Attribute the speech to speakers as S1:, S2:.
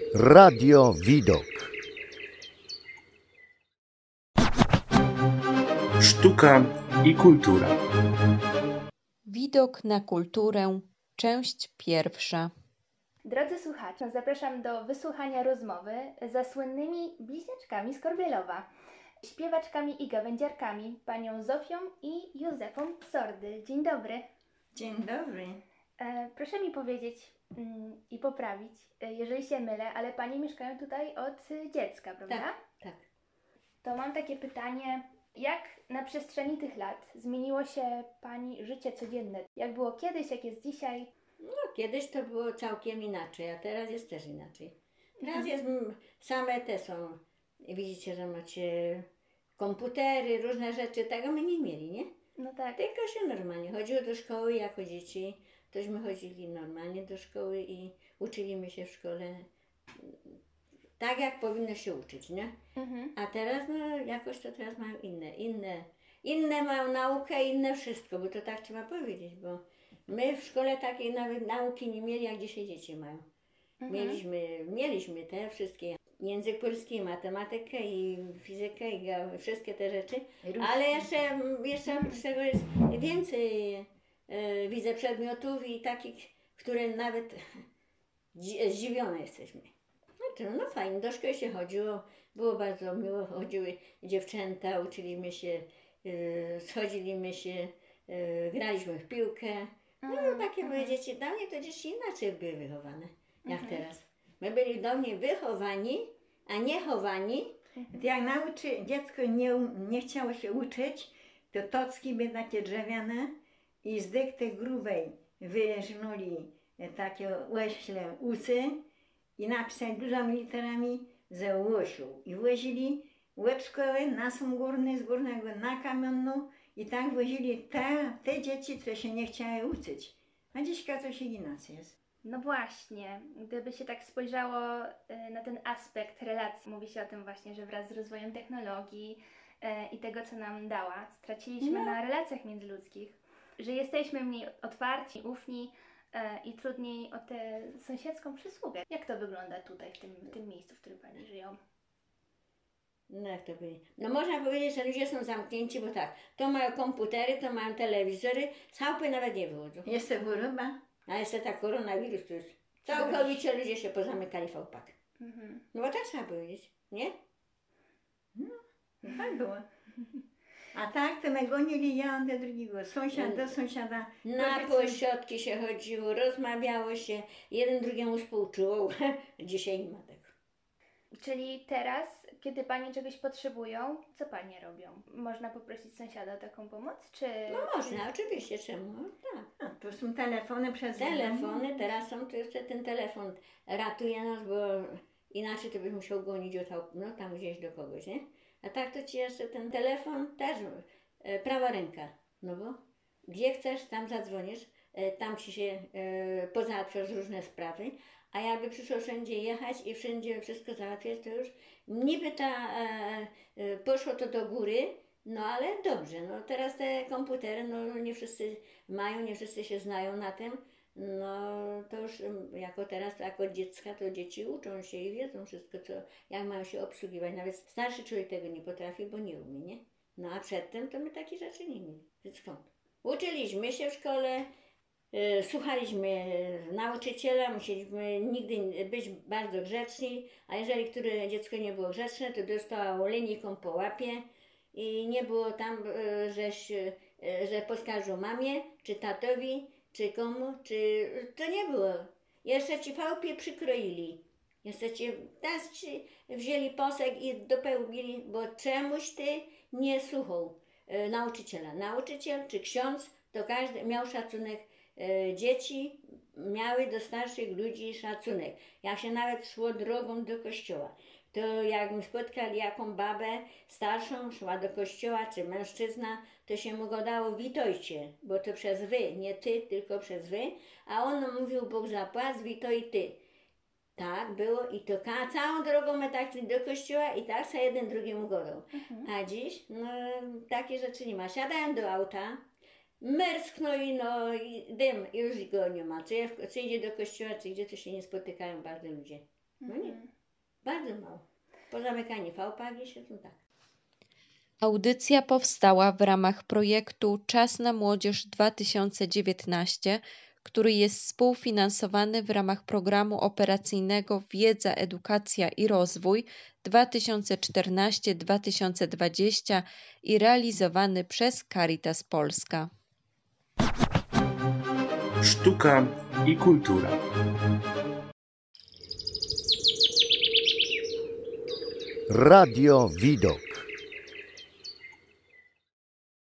S1: Radio Widok.
S2: Sztuka i kultura.
S3: Widok na kulturę, część pierwsza.
S4: Drodzy słuchacze, zapraszam do wysłuchania rozmowy ze słynnymi bliźniaczkami z Korbielowa, śpiewaczkami i gawędziarkami, panią Zofią i Józefą Sordyl. Dzień dobry.
S5: Dzień dobry.
S4: Proszę mi powiedzieć i poprawić, jeżeli się mylę, ale panie mieszkają tutaj od dziecka, prawda?
S5: Tak.
S4: To mam takie pytanie, jak na przestrzeni tych lat zmieniło się pani życie codzienne? Jak było kiedyś, jak jest dzisiaj?
S5: No kiedyś to było całkiem inaczej, a teraz jest też inaczej. Teraz jest, same te są, widzicie, że macie komputery, różne rzeczy, tego my nie mieli, nie?
S4: No tak.
S5: Tylko się normalnie chodziło do szkoły jako dzieci, tośmy chodzili normalnie do szkoły i uczyliśmy się w szkole tak, jak powinno się uczyć, nie? A teraz, no jakoś to teraz mają inne mają naukę, inne wszystko, bo to tak trzeba powiedzieć, bo my w szkole takiej nawet nauki nie mieli, jak dzisiaj dzieci mają. Mieliśmy te wszystkie, język polski, matematykę i fizykę i wszystkie te rzeczy, ale jeszcze oprócz tego jest więcej, widzę przedmiotów i takich, które nawet zdziwione jesteśmy. No fajnie, do szkoły się chodziło, było bardzo miło, chodziły dziewczęta, uczyliśmy się, schodziliśmy się, graliśmy w piłkę. No takie były dzieci, dla mnie to dzieci inaczej były wychowane, jak teraz. My byli do mnie wychowani, a nie chowani.
S6: Jak dziecko nie chciało się uczyć, to tocki były takie drzewiane i z dykty grubej wyżnuli takie łeśle usy i napisali dużymi literami ze Łosiu. I wozili łeb szkoły na Sąd Górny, z Górnego na Kamienną i tak wozili te dzieci, co się nie chciały uczyć. A dziśka coś inaczej jest.
S4: No właśnie, gdyby się tak spojrzało na ten aspekt relacji, mówi się o tym właśnie, że wraz z rozwojem technologii i tego, co nam dała, straciliśmy na relacjach międzyludzkich, że jesteśmy mniej otwarci, ufni i trudniej o tę sąsiedzką przysługę. Jak to wygląda tutaj, w tym miejscu, w którym pani żyją?
S5: No jak to powiedzieć? No można powiedzieć, że ludzie są zamknięci, bo tak, to mają komputery, to mają telewizory, z chałupy nawet nie wychodzą.
S6: Jest to choroba.
S5: A jeszcze tak koronawirus to jest. Całkowicie ludzie się pozamykali w chałupach. No bo tak trzeba powiedzieć, nie?
S6: No tak było. A tak to my gonili jeden do drugiego, sąsiad do sąsiada.
S5: Na posiadki się chodziło, rozmawiało się, jeden drugiemu współczuło. Dzisiaj nie ma tego.
S4: Czyli teraz, kiedy panie czegoś potrzebują, co panie robią? Można poprosić sąsiada o taką pomoc, czy...
S5: No można, oczywiście, czemu? Tak.
S6: A, to są telefony przez
S5: Telefony, teraz są, to jeszcze ten telefon ratuje nas, bo inaczej to byś musiał gonić no tam gdzieś do kogoś, nie? A tak to ci jeszcze ten telefon też prawa ręka, no bo gdzie chcesz, tam zadzwonisz, tam ci się pozałatwiasz różne sprawy, a jakby przyszło wszędzie jechać i wszędzie wszystko załatwiać, to już niby poszło to do góry, no ale dobrze, no teraz te komputery, no nie wszyscy mają, nie wszyscy się znają na tym, no to już jako teraz, jako dziecka, to dzieci uczą się i wiedzą wszystko, jak mają się obsługiwać. Nawet starszy człowiek tego nie potrafi, bo nie umie, nie? No a przedtem to my takich rzeczy nie mieli. Więc skąd? Uczyliśmy się w szkole, słuchaliśmy nauczyciela, musieliśmy nigdy być bardzo grzeczni, a jeżeli które dziecko nie było grzeczne, to dostało linijką po łapie i nie było tam, że poskarżą mamie, czy tatowi, czy komu, czy... To nie było. Jeszcze ci fałpie przykroili. Jeszcze ci wzięli posek i dopełnili, bo czemuś ty nie słuchał nauczyciela. Nauczyciel czy ksiądz, to każdy miał szacunek. Dzieci miały do starszych ludzi szacunek. Jak się nawet szło drogą do kościoła, to jakby spotkali jaką babę starszą, szła do kościoła, czy mężczyzna, to się mu gadało witojcie, bo to przez wy, nie ty, tylko przez wy, a on mówił Bóg zapłać, witoj ty. Tak było i to całą drogą my tak szli do kościoła i tak sobie jeden drugiemu gadał. A dziś, no takie rzeczy nie ma. Siadają do auta, merskno i dym i już go nie ma. Czy idzie do kościoła, czy gdzie, to się nie spotykają bardzo ludzie. No nie, bardzo mało. Pozamykanie VPG siedzą tak.
S3: Audycja powstała w ramach projektu Czas na Młodzież 2019, który jest współfinansowany w ramach Programu Operacyjnego Wiedza, Edukacja i Rozwój 2014-2020 i realizowany przez Caritas Polska.
S2: Sztuka i kultura.
S1: Radio Widok.